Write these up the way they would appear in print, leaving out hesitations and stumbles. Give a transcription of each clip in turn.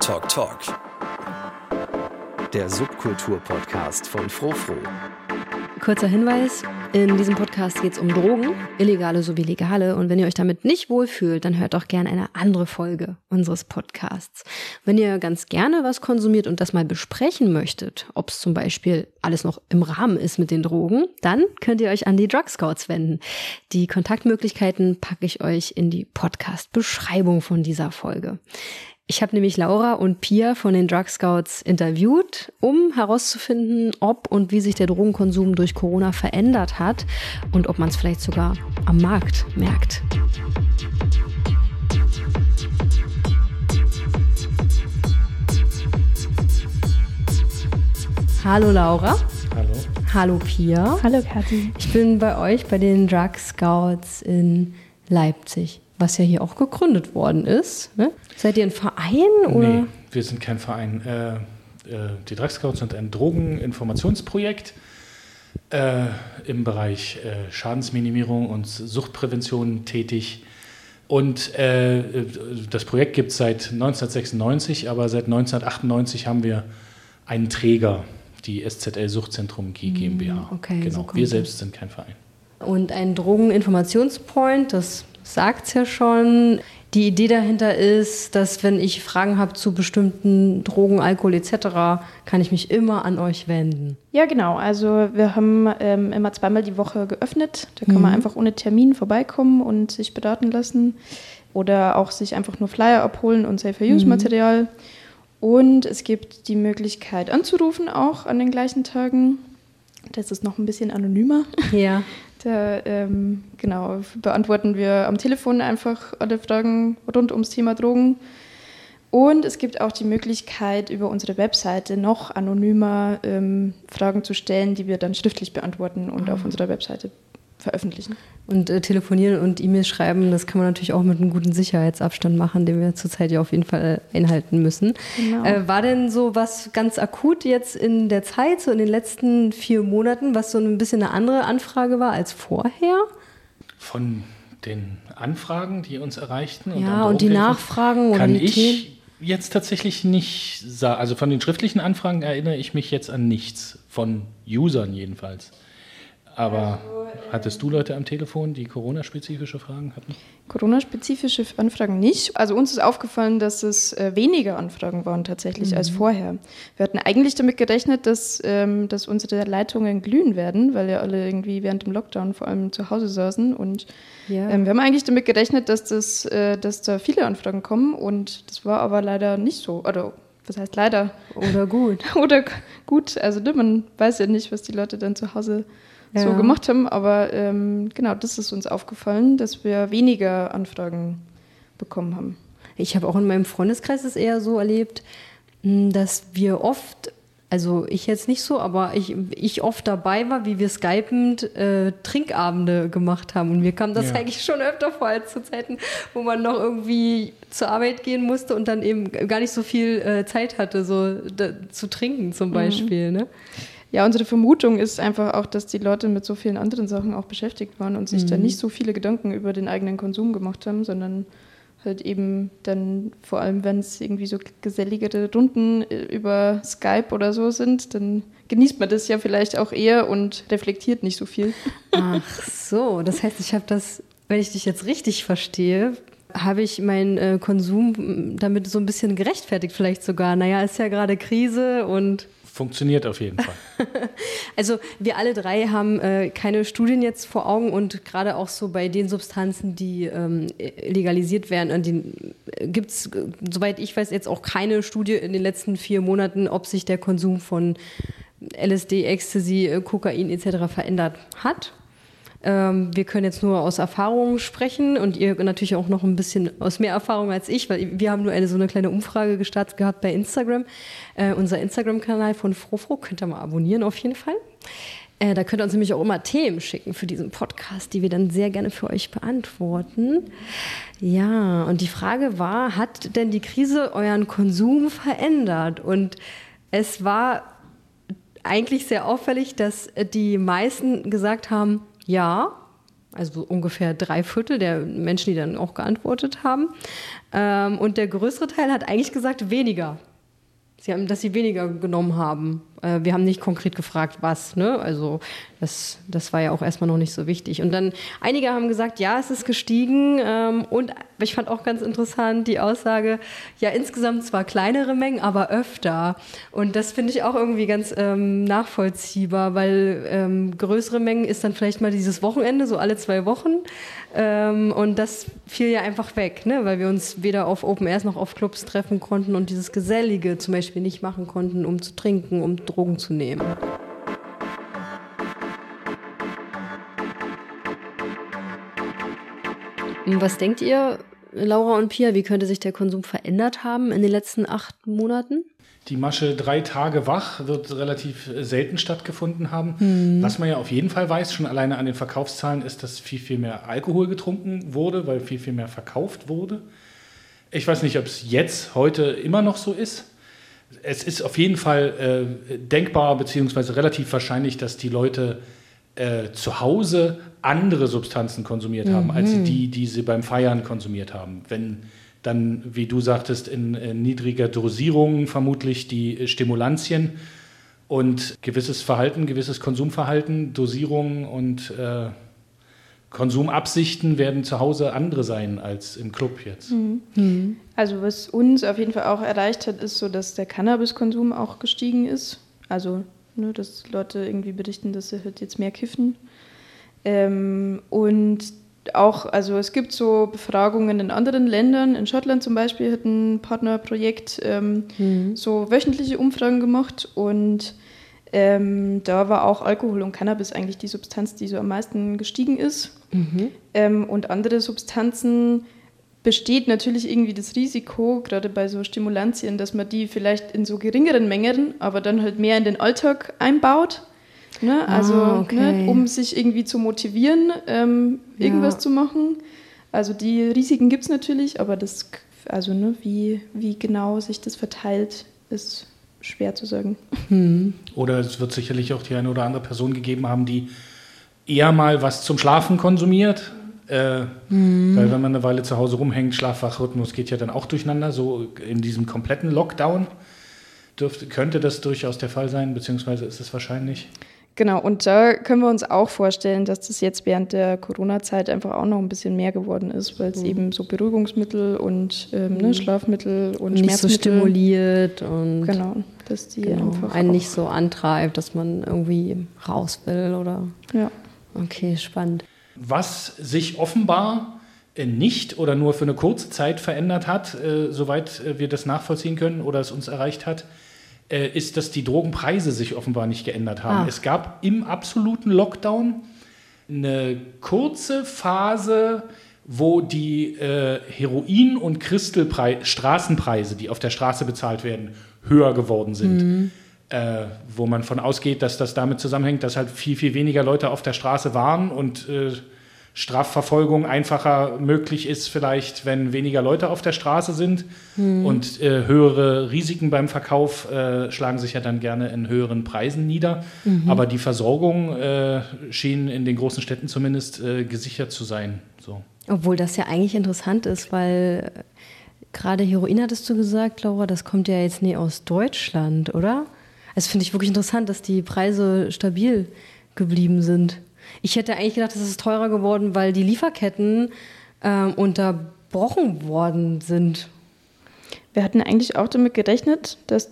Talk. Der Subkultur-Podcast von Frofro. Kurzer Hinweis, in diesem Podcast geht es um Drogen, illegale sowie legale. Und wenn ihr euch damit nicht wohlfühlt, dann hört doch gerne eine andere Folge unseres Podcasts. Wenn ihr ganz gerne was konsumiert und das mal besprechen möchtet, ob es zum Beispiel alles noch im Rahmen ist mit den Drogen, dann könnt ihr euch an die Drug Scouts wenden. Die Kontaktmöglichkeiten packe ich euch in die Podcast-Beschreibung von dieser Folge. Ich habe nämlich Laura und Pia von den Drug Scouts interviewt, um herauszufinden, ob und wie sich der Drogenkonsum durch Corona verändert hat und ob man es vielleicht sogar am Markt merkt. Hallo Laura. Hallo. Hallo Pia. Hallo Kathi. Ich bin bei euch bei den Drug Scouts in Leipzig, was ja hier auch gegründet worden ist. Ne? Seid ihr ein Verein? Oder? Nee, wir sind kein Verein. Die Drug Scouts sind ein Drogeninformationsprojekt im Bereich Schadensminimierung und Suchtprävention tätig. Und das Projekt gibt es seit 1996, aber seit 1998 haben wir einen Träger, die SZL Suchtzentrum G GmbH. Okay, genau. So wir selbst sind kein Verein. Und ein Drogeninformationspoint, das sagt es ja schon. Die Idee dahinter ist, dass wenn ich Fragen habe zu bestimmten Drogen, Alkohol etc., kann ich mich immer an euch wenden. Ja, genau. Also wir haben immer zweimal die Woche geöffnet. Da kann man einfach ohne Termin vorbeikommen und sich beraten lassen oder auch sich einfach nur Flyer abholen und Safer-Use-Material. Und es gibt die Möglichkeit anzurufen auch an den gleichen Tagen. Das ist noch ein bisschen anonymer. Ja. Da beantworten wir am Telefon einfach alle Fragen rund ums Thema Drogen. Und es gibt auch die Möglichkeit, über unsere Webseite noch anonymer Fragen zu stellen, die wir dann schriftlich beantworten und auf unserer Webseite veröffentlichen. Und telefonieren und E-Mails schreiben, das kann man natürlich auch mit einem guten Sicherheitsabstand machen, den wir zurzeit ja auf jeden Fall einhalten müssen. Genau. War denn so was ganz akut jetzt in der Zeit, so in den letzten 4 Monaten, was so ein bisschen eine andere Anfrage war als vorher? Von den Anfragen, die uns erreichten und die Nachfragen oder kann die ich jetzt tatsächlich nicht sagen. Also von den schriftlichen Anfragen erinnere ich mich jetzt an nichts, von Usern jedenfalls. Aber hattest du Leute am Telefon, die Corona-spezifische Fragen hatten? Corona-spezifische Anfragen nicht. Also uns ist aufgefallen, dass es weniger Anfragen waren tatsächlich als vorher. Wir hatten eigentlich damit gerechnet, dass unsere Leitungen glühen werden, weil ja alle irgendwie während dem Lockdown vor allem zu Hause saßen. Und wir haben eigentlich damit gerechnet, dass da viele Anfragen kommen. Und das war aber leider nicht so. Oder was heißt leider? Oder gut. Oder gut. Also man weiß ja nicht, was die Leute dann zu Hause so gemacht haben, aber das ist uns aufgefallen, dass wir weniger Anfragen bekommen haben. Ich habe auch in meinem Freundeskreis es eher so erlebt, dass wir oft, also ich jetzt nicht so, aber ich oft dabei war, wie wir skypend Trinkabende gemacht haben. Und mir kam das eigentlich schon öfter vor als zu Zeiten, wo man noch irgendwie zur Arbeit gehen musste und dann eben gar nicht so viel Zeit hatte, so zu trinken zum Beispiel, ne? Ja, unsere Vermutung ist einfach auch, dass die Leute mit so vielen anderen Sachen auch beschäftigt waren und sich da nicht so viele Gedanken über den eigenen Konsum gemacht haben, sondern halt eben dann, vor allem wenn es irgendwie so geselligere Runden über Skype oder so sind, dann genießt man das ja vielleicht auch eher und reflektiert nicht so viel. Ach so, das heißt, ich habe das, wenn ich dich jetzt richtig verstehe, habe ich meinen Konsum damit so ein bisschen gerechtfertigt vielleicht sogar. Naja, ist ja gerade Krise und... Funktioniert auf jeden Fall. Also wir alle drei haben keine Studien jetzt vor Augen und gerade auch so bei den Substanzen, die legalisiert werden, gibt es, soweit ich weiß, jetzt auch keine Studie in den letzten 4 Monaten, ob sich der Konsum von LSD, Ecstasy, Kokain etc. verändert hat. Wir können jetzt nur aus Erfahrung sprechen und ihr natürlich auch noch ein bisschen aus mehr Erfahrung als ich, weil wir haben nur so eine kleine Umfrage gestartet gehabt bei Instagram. Unser Instagram-Kanal von Frofro könnt ihr mal abonnieren auf jeden Fall. Da könnt ihr uns nämlich auch immer Themen schicken für diesen Podcast, die wir dann sehr gerne für euch beantworten. Ja, und die Frage war, hat denn die Krise euren Konsum verändert? Und es war eigentlich sehr auffällig, dass die meisten gesagt haben, ja, Also ungefähr 3/4 der Menschen, die dann auch geantwortet haben. Und der größere Teil hat eigentlich gesagt, weniger. Dass sie weniger genommen haben. Wir haben nicht konkret gefragt, was. Ne? Also das war ja auch erstmal noch nicht so wichtig. Und dann einige haben gesagt, ja, es ist gestiegen. Und ich fand auch ganz interessant die Aussage, ja, insgesamt zwar kleinere Mengen, aber öfter. Und das finde ich auch irgendwie ganz nachvollziehbar, weil größere Mengen ist dann vielleicht mal dieses Wochenende, so alle 2 Wochen. Und das fiel ja einfach weg, ne? Weil wir uns weder auf Open Airs noch auf Clubs treffen konnten und dieses Gesellige zum Beispiel nicht machen konnten, um zu trinken, um Drogen zu nehmen. Was denkt ihr, Laura und Pia, wie könnte sich der Konsum verändert haben in den letzten 8 Monaten? Die Masche 3 Tage wach wird relativ selten stattgefunden haben. Was man ja auf jeden Fall weiß, schon alleine an den Verkaufszahlen, ist, dass viel, viel mehr Alkohol getrunken wurde, weil viel, viel mehr verkauft wurde. Ich weiß nicht, ob es heute immer noch so ist. Es ist auf jeden Fall denkbar bzw. relativ wahrscheinlich, dass die Leute zu Hause andere Substanzen konsumiert haben, als die sie beim Feiern konsumiert haben. Wenn dann, wie du sagtest, in niedriger Dosierung vermutlich die Stimulantien und gewisses Verhalten, gewisses Konsumverhalten, Dosierungen und Konsumabsichten werden zu Hause andere sein als im Club jetzt. Also was uns auf jeden Fall auch erreicht hat, ist so, dass der Cannabiskonsum auch gestiegen ist. Also, ne, dass Leute irgendwie berichten, dass sie halt jetzt mehr kiffen. Und auch, also es gibt so Befragungen in anderen Ländern. In Schottland zum Beispiel hat ein Partnerprojekt so wöchentliche Umfragen gemacht und da war auch Alkohol und Cannabis eigentlich die Substanz, die so am meisten gestiegen ist. Und andere Substanzen besteht natürlich irgendwie das Risiko, gerade bei so Stimulantien, dass man die vielleicht in so geringeren Mengen, aber dann halt mehr in den Alltag einbaut. Ne? Also, ne, um sich irgendwie zu motivieren, irgendwas zu machen. Also die Risiken gibt es natürlich, aber das, also ne, wie genau sich das verteilt, ist schwer zu sagen. Oder es wird sicherlich auch die eine oder andere Person gegeben haben, die eher mal was zum Schlafen konsumiert. Weil wenn man eine Weile zu Hause rumhängt, Schlaf-Wach-Rhythmus geht ja dann auch durcheinander. So in diesem kompletten Lockdown könnte das durchaus der Fall sein, beziehungsweise ist es wahrscheinlich. Genau, und da können wir uns auch vorstellen, dass das jetzt während der Corona-Zeit einfach auch noch ein bisschen mehr geworden ist, weil es eben so Beruhigungsmittel und Schlafmittel und nicht Schmerzmittel so stimuliert und genau, dass die einfach einen nicht so antreibt, dass man irgendwie raus will oder. Ja. Okay, spannend. Was sich offenbar nicht oder nur für eine kurze Zeit verändert hat, soweit wir das nachvollziehen können oder es uns erreicht hat, ist, dass die Drogenpreise sich offenbar nicht geändert haben. Es gab im absoluten Lockdown eine kurze Phase, wo die Heroin- und Straßenpreise, die auf der Straße bezahlt werden, höher geworden sind. Wo man von ausgeht, dass das damit zusammenhängt, dass halt viel, viel weniger Leute auf der Straße waren und Strafverfolgung einfacher möglich ist vielleicht, wenn weniger Leute auf der Straße sind. Und höhere Risiken beim Verkauf schlagen sich ja dann gerne in höheren Preisen nieder. Aber die Versorgung schien in den großen Städten zumindest gesichert zu sein. So. Obwohl das ja eigentlich interessant ist, weil gerade Heroin hattest du gesagt, Laura, das kommt ja jetzt nie aus Deutschland, oder? Das finde ich wirklich interessant, dass die Preise stabil geblieben sind. Ich hätte eigentlich gedacht, es ist teurer geworden, weil die Lieferketten unterbrochen worden sind. Wir hatten eigentlich auch damit gerechnet, dass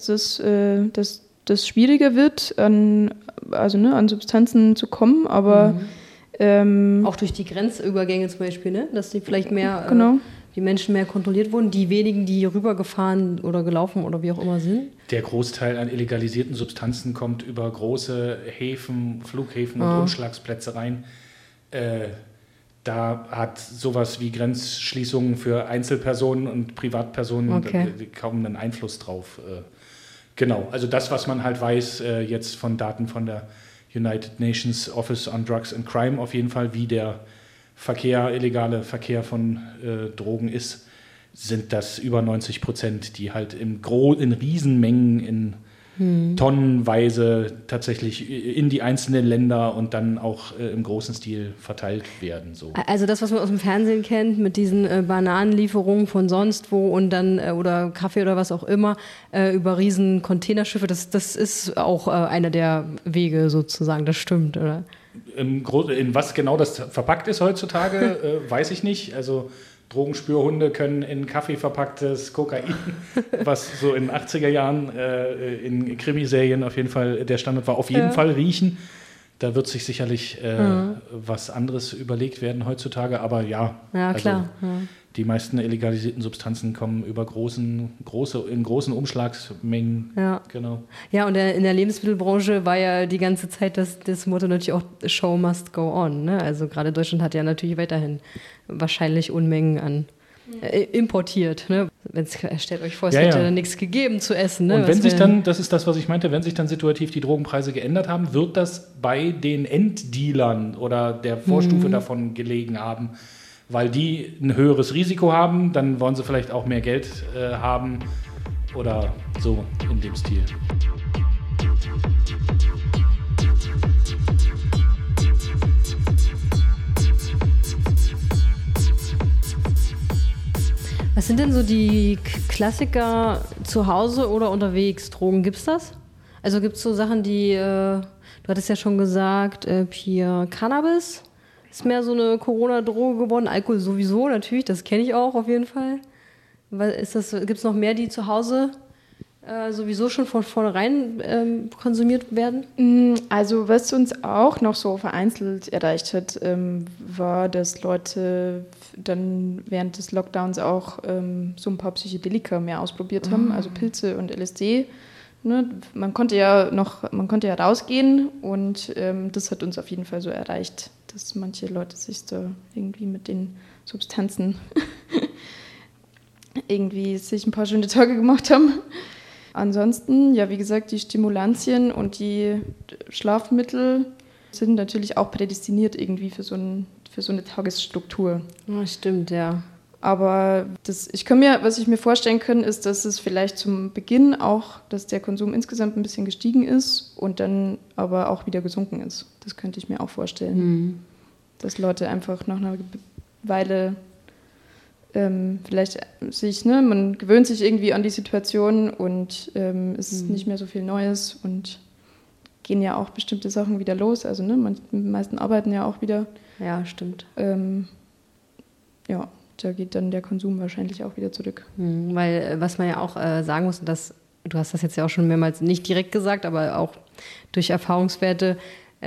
das schwieriger wird, an Substanzen zu kommen, aber auch durch die Grenzübergänge zum Beispiel, ne? Dass die vielleicht mehr die Menschen mehr kontrolliert wurden, die wenigen, die rübergefahren oder gelaufen oder wie auch immer sind. Der Großteil an illegalisierten Substanzen kommt über große Häfen, Flughäfen und Umschlagsplätze rein. Da hat sowas wie Grenzschließungen für Einzelpersonen und Privatpersonen kaum einen Einfluss drauf. Genau, also das, was man halt weiß, jetzt von Daten von der United Nations Office on Drugs and Crime auf jeden Fall, wie der illegale Verkehr von Drogen ist, sind das über 90%, die halt in Riesenmengen in tonnenweise tatsächlich in die einzelnen Länder und dann auch im großen Stil verteilt werden. So. Also das, was man aus dem Fernsehen kennt, mit diesen Bananenlieferungen von sonst wo und dann oder Kaffee oder was auch immer über riesen Containerschiffe, das ist auch einer der Wege sozusagen, das stimmt, oder? In was genau das verpackt ist heutzutage, weiß ich nicht. Also Drogenspürhunde können in Kaffee verpacktes Kokain, was so in den 80er Jahren in Krimiserien auf jeden Fall der Standard war, auf jeden Fall riechen. Da wird sich sicherlich was anderes überlegt werden heutzutage. Aber ja, klar. Also die meisten illegalisierten Substanzen kommen über in großen Umschlagsmengen. Ja. Genau. Ja, und in der Lebensmittelbranche war ja die ganze Zeit das Motto natürlich auch Show must go on. Ne? Also gerade Deutschland hat ja natürlich weiterhin wahrscheinlich Unmengen an importiert. Ne? Stellt euch vor, es hätte nichts gegeben zu essen. Ne? Und wenn sich dann, das ist das, was ich meinte, wenn sich dann situativ die Drogenpreise geändert haben, wird das bei den Enddealern oder der Vorstufe davon gelegen haben, weil die ein höheres Risiko haben, dann wollen sie vielleicht auch mehr Geld haben oder so in dem Stil. Was sind denn so die Klassiker zu Hause oder unterwegs? Drogen, gibt's das? Also gibt's so Sachen, die, du hattest ja schon gesagt, hier Cannabis ist mehr so eine Corona-Droge geworden. Alkohol sowieso, natürlich, das kenne ich auch auf jeden Fall. Gibt's noch mehr, die zu Hause sowieso schon von vornherein konsumiert werden? Also was uns auch noch so vereinzelt erreicht hat, war, dass Leute dann während des Lockdowns auch so ein paar Psychedelika mehr ausprobiert haben, also Pilze und LSD. Ne? Man konnte ja rausgehen und das hat uns auf jeden Fall so erreicht, dass manche Leute sich da irgendwie mit den Substanzen irgendwie sich ein paar schöne Tage gemacht haben. Ansonsten, ja, wie gesagt, die Stimulantien und die Schlafmittel sind natürlich auch prädestiniert irgendwie für so eine Tagesstruktur. Oh, stimmt, ja. Aber was ich mir vorstellen kann, ist, dass es vielleicht zum Beginn auch, dass der Konsum insgesamt ein bisschen gestiegen ist und dann aber auch wieder gesunken ist. Das könnte ich mir auch vorstellen. Dass Leute einfach nach einer Weile vielleicht man gewöhnt sich irgendwie an die Situation und es ist nicht mehr so viel Neues und gehen ja auch bestimmte Sachen wieder los. Also die meisten arbeiten ja auch wieder. Ja, stimmt. Da geht dann der Konsum wahrscheinlich auch wieder zurück. Weil was man ja auch sagen muss, du hast das jetzt ja auch schon mehrmals nicht direkt gesagt, aber auch durch Erfahrungswerte,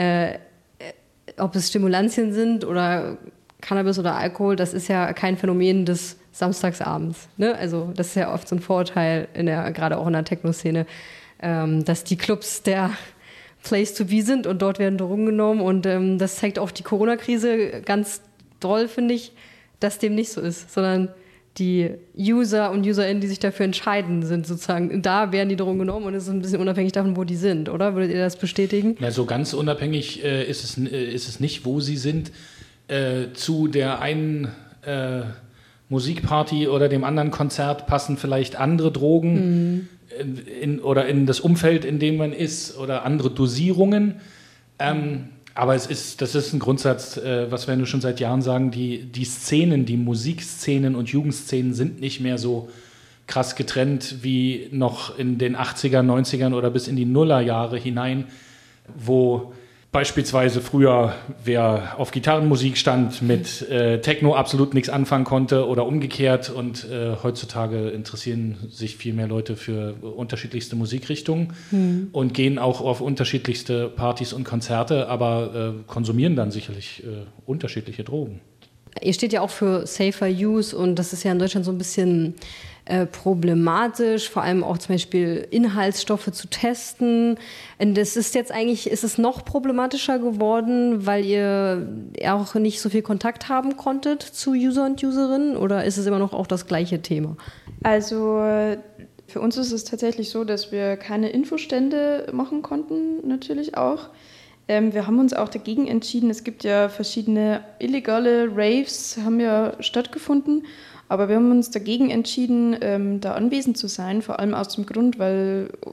ob es Stimulantien sind oder Cannabis oder Alkohol, das ist ja kein Phänomen des Samstagsabends. Ne? Also das ist ja oft so ein Vorurteil, gerade auch in der Techno-Szene, dass die Clubs der Place to be sind und dort werden Drogen genommen. Und das zeigt auch die Corona-Krise ganz doll, finde ich, dass dem nicht so ist, sondern die User und UserInnen, die sich dafür entscheiden, sind sozusagen, da werden die Drogen genommen und es ist ein bisschen unabhängig davon, wo die sind, oder? Würdet ihr das bestätigen? Ja, so ganz unabhängig ist es nicht, wo sie sind. Zu der einen Musikparty oder dem anderen Konzert passen vielleicht andere Drogen in das Umfeld, in dem man ist, oder andere Dosierungen. Aber das ist ein Grundsatz, was wir schon seit Jahren sagen, die Szenen, die Musikszenen und Jugendszenen sind nicht mehr so krass getrennt wie noch in den 80er, 90ern oder bis in die Nullerjahre hinein, wo beispielsweise früher, wer auf Gitarrenmusik stand, mit Techno absolut nichts anfangen konnte oder umgekehrt. Und heutzutage interessieren sich viel mehr Leute für unterschiedlichste Musikrichtungen und gehen auch auf unterschiedlichste Partys und Konzerte, aber konsumieren dann sicherlich unterschiedliche Drogen. Ihr steht ja auch für Safer Use und das ist ja in Deutschland so ein bisschen problematisch, vor allem auch zum Beispiel Inhaltsstoffe zu testen. Und das ist jetzt eigentlich, ist es noch problematischer geworden, weil ihr auch nicht so viel Kontakt haben konntet zu User und Userinnen, oder ist es immer noch auch das gleiche Thema? Also für uns ist es tatsächlich so, dass wir keine Infostände machen konnten, natürlich auch. Wir haben uns auch dagegen entschieden, es gibt ja verschiedene illegale Raves, haben ja stattgefunden, aber wir haben uns dagegen entschieden, da anwesend zu sein, vor allem aus dem Grund, weil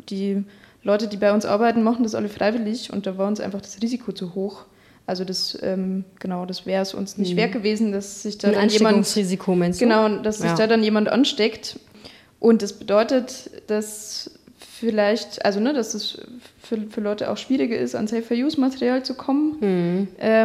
die Leute, die bei uns arbeiten, machen das alle freiwillig und da war uns einfach das Risiko zu hoch. Also das wäre es uns nicht wert gewesen, dass sich da ein dann jemand... Ansteckungsrisiko, meinst du? Genau, dass sich da dann jemand ansteckt. Und das bedeutet, dass vielleicht, also dass es für Leute auch schwieriger ist, an Safer-Use-Material zu kommen.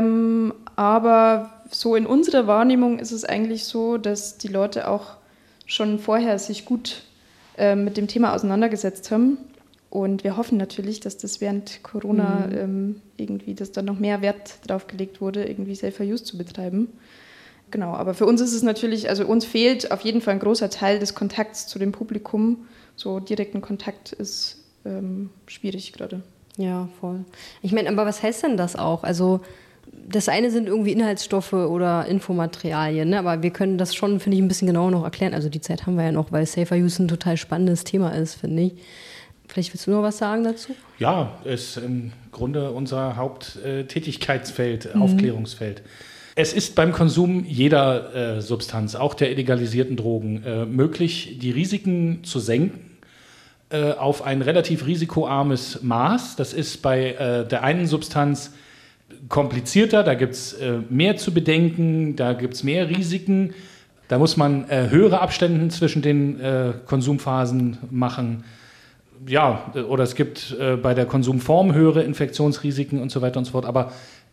Aber so in unserer Wahrnehmung ist es eigentlich so, dass die Leute auch schon vorher sich gut mit dem Thema auseinandergesetzt haben. Und wir hoffen natürlich, dass das während Corona irgendwie, dass da noch mehr Wert drauf gelegt wurde, irgendwie Safer-Use zu betreiben. Genau, aber für uns ist es natürlich, also uns fehlt auf jeden Fall ein großer Teil des Kontakts zu dem Publikum. So direkten Kontakt ist schwierig gerade. Ja, voll. Ich meine, aber was heißt denn das auch? Also das eine sind irgendwie Inhaltsstoffe oder Infomaterialien, ne? Aber wir können das schon, finde ich, ein bisschen genauer noch erklären. Also die Zeit haben wir ja noch, weil Safer-Use ein total spannendes Thema ist, finde ich. Vielleicht willst du noch was sagen dazu? Ja, ist im Grunde unser Haupttätigkeitsfeld, Aufklärungsfeld. Es ist beim Konsum jeder Substanz, auch der illegalisierten Drogen, möglich, die Risiken zu senken auf ein relativ risikoarmes Maß. Das ist bei der einen Substanz komplizierter, da gibt es mehr zu bedenken, da gibt es mehr Risiken. Da muss man höhere Abstände zwischen den Konsumphasen machen. Ja, oder es gibt bei der Konsumform höhere Infektionsrisiken und so weiter und so fort. Aber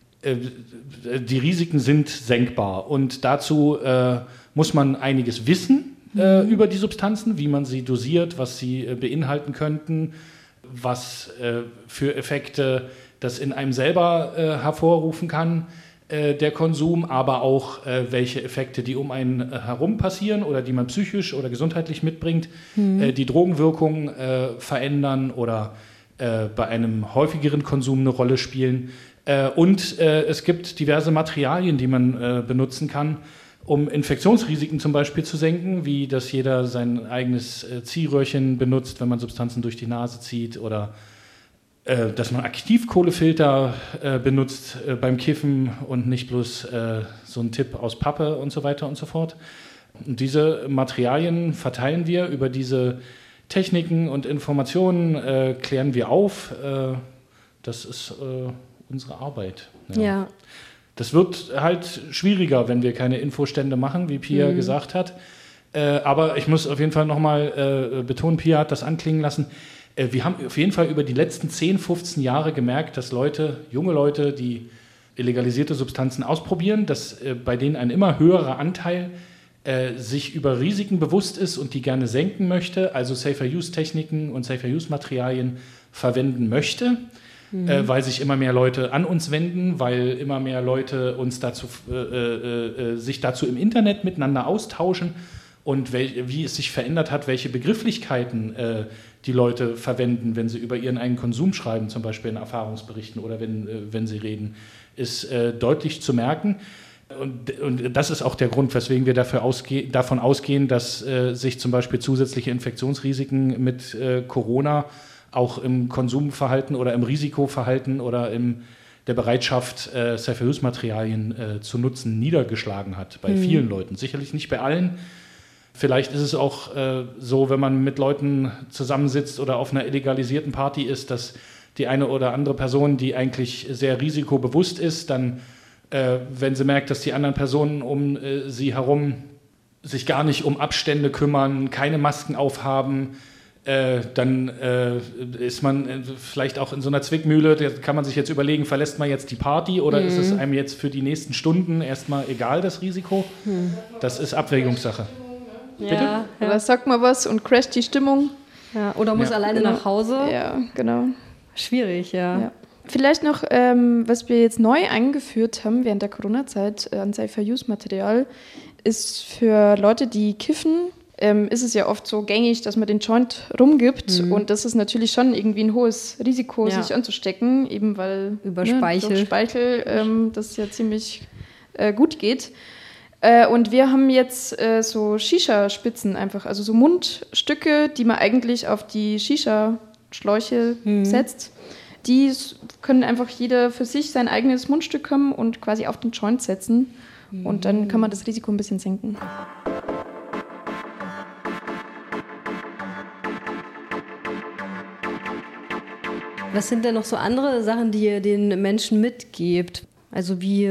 die Risiken sind senkbar und dazu muss man einiges wissen über die Substanzen, wie man sie dosiert, was sie beinhalten könnten, was für Effekte das in einem selber hervorrufen kann, der Konsum, aber auch welche Effekte, die um einen herum passieren oder die man psychisch oder gesundheitlich mitbringt, die Drogenwirkung verändern oder bei einem häufigeren Konsum eine Rolle spielen. Und es gibt diverse Materialien, die man benutzen kann, um Infektionsrisiken zum Beispiel zu senken, wie dass jeder sein eigenes Ziehröhrchen benutzt, wenn man Substanzen durch die Nase zieht, oder dass man Aktivkohlefilter benutzt beim Kiffen und nicht bloß so ein Tipp aus Pappe und so weiter und so fort. Und diese Materialien verteilen wir über diese Techniken und Informationen, klären wir auf. Das ist unsere Arbeit. Ja. Das wird halt schwieriger, wenn wir keine Infostände machen, wie Pia gesagt hat. Aber ich muss auf jeden Fall nochmal betonen, Pia hat das anklingen lassen. Wir haben auf jeden Fall über die letzten 10, 15 Jahre gemerkt, dass junge Leute, die illegalisierte Substanzen ausprobieren, dass bei denen ein immer höherer Anteil sich über Risiken bewusst ist und die gerne senken möchte, also Safer-Use-Techniken und Safer-Use-Materialien verwenden möchte. Weil sich immer mehr Leute an uns wenden, weil immer mehr Leute uns sich dazu im Internet miteinander austauschen und wie es sich verändert hat, welche Begrifflichkeiten die Leute verwenden, wenn sie über ihren eigenen Konsum schreiben, zum Beispiel in Erfahrungsberichten oder wenn sie reden, ist deutlich zu merken. Und das ist auch der Grund, weswegen wir davon ausgehen, dass sich zum Beispiel zusätzliche Infektionsrisiken mit Corona auch im Konsumverhalten oder im Risikoverhalten oder in der Bereitschaft, Safer-Use-Materialien zu nutzen, niedergeschlagen hat bei vielen Leuten. Sicherlich nicht bei allen. Vielleicht ist es auch so, wenn man mit Leuten zusammensitzt oder auf einer illegalisierten Party ist, dass die eine oder andere Person, die eigentlich sehr risikobewusst ist, dann, wenn sie merkt, dass die anderen Personen um sie herum sich gar nicht um Abstände kümmern, keine Masken aufhaben, dann ist man vielleicht auch in so einer Zwickmühle, da kann man sich jetzt überlegen, verlässt man jetzt die Party oder ist es einem jetzt für die nächsten Stunden erstmal egal, das Risiko? Das ist Abwägungssache. Bitte? Ja. Oder sagt man was und crasht die Stimmung. Ja, oder muss alleine nach Hause. Ja, genau. Schwierig, ja. Vielleicht noch, was wir jetzt neu eingeführt haben während der Corona-Zeit an Safer-Use-Material, ist für Leute, die kiffen, ist es ja oft so gängig, dass man den Joint rumgibt und das ist natürlich schon irgendwie ein hohes Risiko, sich anzustecken, eben weil über Speichel, das ja ziemlich gut geht. Und wir haben jetzt so Shisha-Spitzen einfach, also so Mundstücke, die man eigentlich auf die Shisha-Schläuche setzt. Die können einfach jeder für sich sein eigenes Mundstück haben und quasi auf den Joint setzen und dann kann man das Risiko ein bisschen senken. Was sind denn noch so andere Sachen, die ihr den Menschen mitgebt? Also wie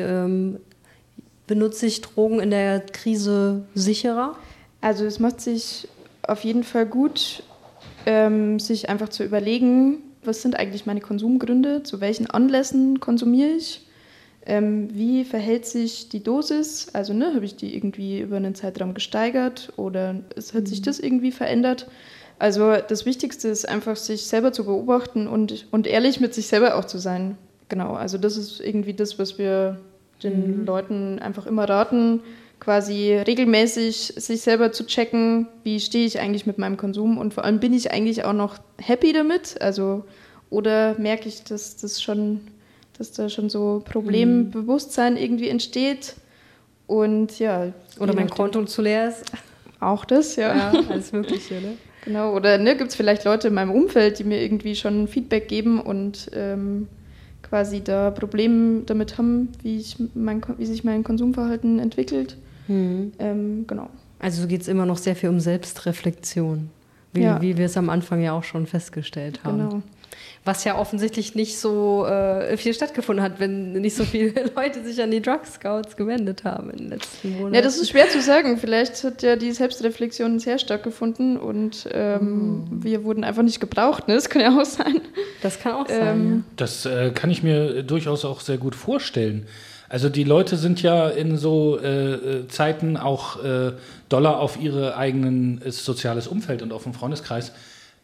benutze ich Drogen in der Krise sicherer? Also es macht sich auf jeden Fall gut, sich einfach zu überlegen, was sind eigentlich meine Konsumgründe, zu welchen Anlässen konsumiere ich, wie verhält sich die Dosis, also habe ich die irgendwie über einen Zeitraum gesteigert oder hat sich das irgendwie verändert. Also das Wichtigste ist einfach, sich selber zu beobachten und ehrlich mit sich selber auch zu sein. Genau, also das ist irgendwie das, was wir den Leuten einfach immer raten, quasi regelmäßig sich selber zu checken, wie stehe ich eigentlich mit meinem Konsum und vor allem bin ich eigentlich auch noch happy damit, also oder merke ich, dass da schon so Problembewusstsein irgendwie entsteht und ja. Oder mein Konto zu leer ist. Auch das, ja. Alles Mögliche, ne? Genau, oder gibt es vielleicht Leute in meinem Umfeld, die mir irgendwie schon Feedback geben und quasi da Probleme damit haben, wie sich mein Konsumverhalten entwickelt. Genau. Also geht es immer noch sehr viel um Selbstreflexion, wie wir es am Anfang ja auch schon festgestellt haben. Genau. Was ja offensichtlich nicht so viel stattgefunden hat, wenn nicht so viele Leute sich an die Drug Scouts gewendet haben in den letzten Monaten. Ja, das ist schwer zu sagen. Vielleicht hat ja die Selbstreflexion sehr stark gefunden und wir wurden einfach nicht gebraucht. Ne? Das kann ja auch sein. Das kann auch sein, ja. Das kann ich mir durchaus auch sehr gut vorstellen. Also die Leute sind ja in so Zeiten auch doller auf ihr eigenes soziales Umfeld und auf den Freundeskreis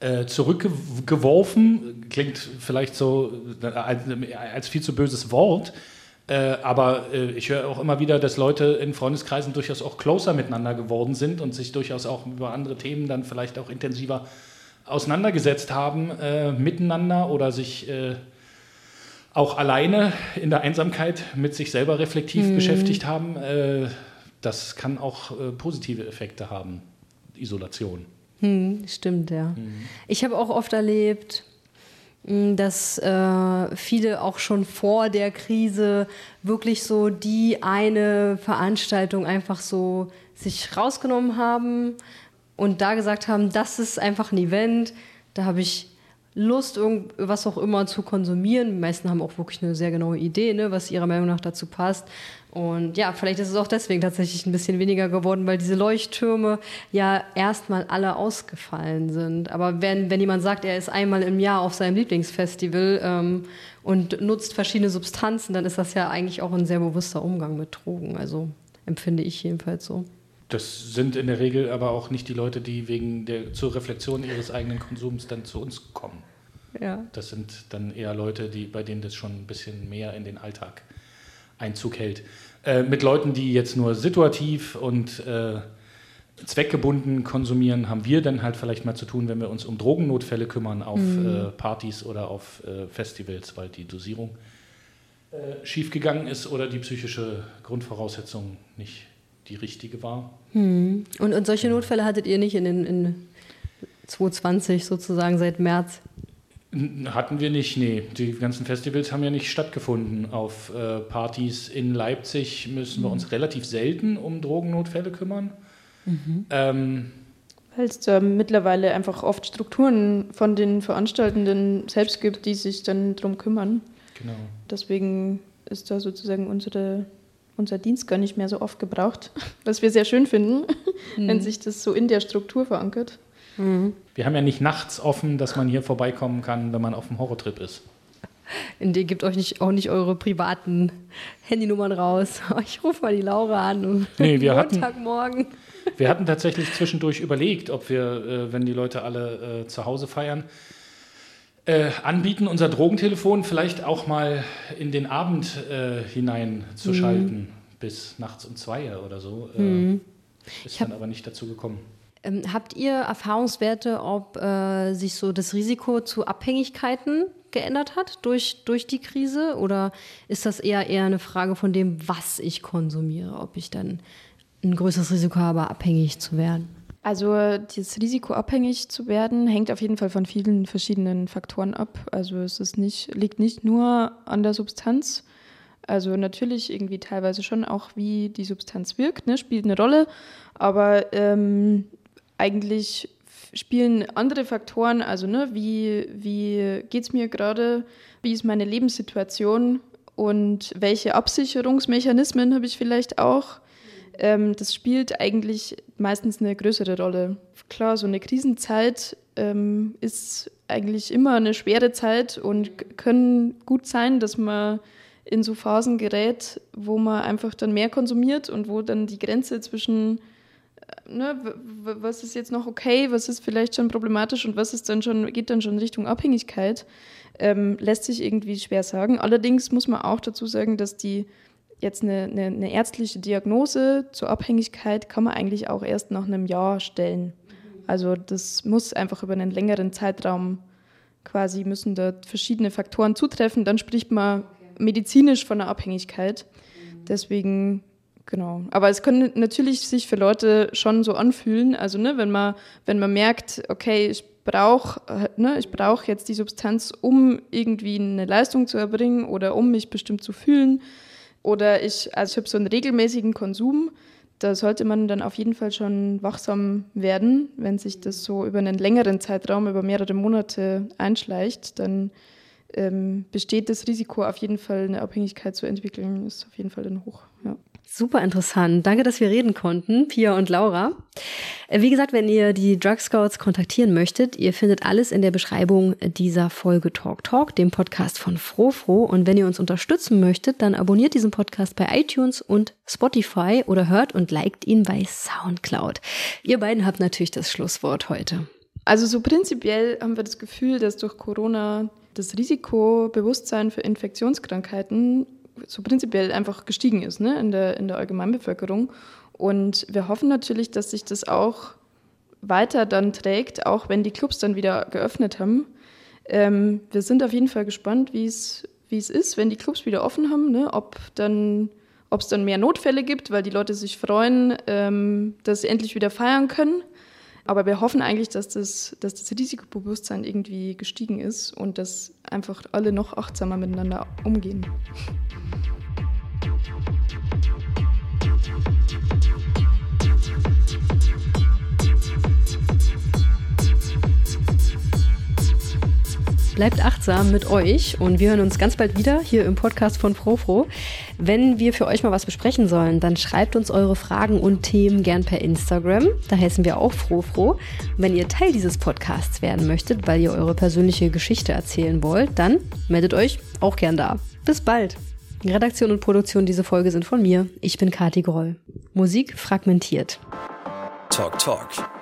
zurückgeworfen. Klingt vielleicht so als viel zu böses Wort, aber ich höre auch immer wieder, dass Leute in Freundeskreisen durchaus auch closer miteinander geworden sind und sich durchaus auch über andere Themen dann vielleicht auch intensiver auseinandergesetzt haben miteinander oder sich auch alleine in der Einsamkeit mit sich selber reflektiv beschäftigt haben. Das kann auch positive Effekte haben, Isolation. Stimmt, ja. Ich habe auch oft erlebt, dass viele auch schon vor der Krise wirklich so die eine Veranstaltung einfach so sich rausgenommen haben und da gesagt haben, das ist einfach ein Event, da habe ich Lust, was auch immer zu konsumieren. Die meisten haben auch wirklich eine sehr genaue Idee, ne, was ihrer Meinung nach dazu passt. Und ja, vielleicht ist es auch deswegen tatsächlich ein bisschen weniger geworden, weil diese Leuchttürme ja erstmal alle ausgefallen sind. Aber wenn jemand sagt, er ist einmal im Jahr auf seinem Lieblingsfestival und nutzt verschiedene Substanzen, dann ist das ja eigentlich auch ein sehr bewusster Umgang mit Drogen. Also empfinde ich jedenfalls so. Das sind in der Regel aber auch nicht die Leute, die zur Reflexion ihres eigenen Konsums dann zu uns kommen. Ja. Das sind dann eher Leute, bei denen das schon ein bisschen mehr in den Alltag Einzug hält. Mit Leuten, die jetzt nur situativ und zweckgebunden konsumieren, haben wir dann halt vielleicht mal zu tun, wenn wir uns um Drogennotfälle kümmern auf Partys oder auf Festivals, weil die Dosierung schiefgegangen ist oder die psychische Grundvoraussetzung nicht die richtige war. Und solche Notfälle hattet ihr nicht in 2020 sozusagen seit März? Hatten wir nicht, nee. Die ganzen Festivals haben ja nicht stattgefunden. Auf Partys in Leipzig müssen wir uns relativ selten um Drogennotfälle kümmern. Weil es da mittlerweile einfach oft Strukturen von den Veranstaltenden selbst gibt, die sich dann darum kümmern. Genau. Deswegen ist da sozusagen unser Dienst gar nicht mehr so oft gebraucht, was wir sehr schön finden, wenn sich das so in der Struktur verankert. Wir haben ja nicht nachts offen, dass man hier vorbeikommen kann, wenn man auf dem Horrortrip ist. Ihr gebt euch auch nicht eure privaten Handynummern raus. Ich rufe mal die Laura an. Montagmorgen. Wir hatten tatsächlich zwischendurch überlegt, ob wir, wenn die Leute alle zu Hause feiern, anbieten, unser Drogentelefon vielleicht auch mal in den Abend hinein zu schalten, bis nachts um 2 oder so. Ist dann aber nicht dazu gekommen. Habt ihr Erfahrungswerte, ob sich so das Risiko zu Abhängigkeiten geändert hat durch die Krise? Oder ist das eher eine Frage von dem, was ich konsumiere? Ob ich dann ein größeres Risiko habe, abhängig zu werden? Also das Risiko, abhängig zu werden, hängt auf jeden Fall von vielen verschiedenen Faktoren ab. Also liegt nicht nur an der Substanz. Also natürlich irgendwie teilweise schon auch, wie die Substanz wirkt, ne, spielt eine Rolle. Aber eigentlich spielen andere Faktoren, also ne, wie geht es mir gerade, wie ist meine Lebenssituation und welche Absicherungsmechanismen habe ich vielleicht auch. Das spielt eigentlich meistens eine größere Rolle. Klar, so eine Krisenzeit ist eigentlich immer eine schwere Zeit und können gut sein, dass man in so Phasen gerät, wo man einfach dann mehr konsumiert und wo dann die Grenze zwischen, was ist jetzt noch okay, was ist vielleicht schon problematisch und was ist dann schon, geht dann schon Richtung Abhängigkeit, lässt sich irgendwie schwer sagen. Allerdings muss man auch dazu sagen, dass die jetzt eine ärztliche Diagnose zur Abhängigkeit kann man eigentlich auch erst nach einem Jahr stellen. Also das muss einfach über einen längeren Zeitraum quasi, müssen da verschiedene Faktoren zutreffen, dann spricht man medizinisch von einer Abhängigkeit. Deswegen, genau. Aber es kann natürlich sich für Leute schon so anfühlen, also wenn man merkt, okay, ich brauche jetzt die Substanz, um irgendwie eine Leistung zu erbringen oder um mich bestimmt zu fühlen, oder ich habe so einen regelmäßigen Konsum, da sollte man dann auf jeden Fall schon wachsam werden, wenn sich das so über einen längeren Zeitraum, über mehrere Monate einschleicht, dann besteht das Risiko auf jeden Fall, eine Abhängigkeit zu entwickeln, ist auf jeden Fall dann hoch. Ja. Super interessant. Danke, dass wir reden konnten, Pia und Laura. Wie gesagt, wenn ihr die Drug Scouts kontaktieren möchtet, ihr findet alles in der Beschreibung dieser Folge Talk, dem Podcast von Frofro. Und wenn ihr uns unterstützen möchtet, dann abonniert diesen Podcast bei iTunes und Spotify oder hört und liked ihn bei Soundcloud. Ihr beiden habt natürlich das Schlusswort heute. Also so prinzipiell haben wir das Gefühl, dass durch Corona das Risikobewusstsein für Infektionskrankheiten so prinzipiell einfach gestiegen ist, ne, in der Allgemeinbevölkerung. Und wir hoffen natürlich, dass sich das auch weiter dann trägt, auch wenn die Clubs dann wieder geöffnet haben. Wir sind auf jeden Fall gespannt, wie es ist, wenn die Clubs wieder offen haben, ne, ob es dann mehr Notfälle gibt, weil die Leute sich freuen, dass sie endlich wieder feiern können. Aber wir hoffen eigentlich, dass das Risikobewusstsein irgendwie gestiegen ist und dass einfach alle noch achtsamer miteinander umgehen. Bleibt achtsam mit euch und wir hören uns ganz bald wieder hier im Podcast von Frofro. Wenn wir für euch mal was besprechen sollen, dann schreibt uns eure Fragen und Themen gern per Instagram. Da heißen wir auch Frofro. Wenn ihr Teil dieses Podcasts werden möchtet, weil ihr eure persönliche Geschichte erzählen wollt, dann meldet euch auch gern da. Bis bald. Redaktion und Produktion dieser Folge sind von mir. Ich bin Kati Groll. Musik fragmentiert. Talk.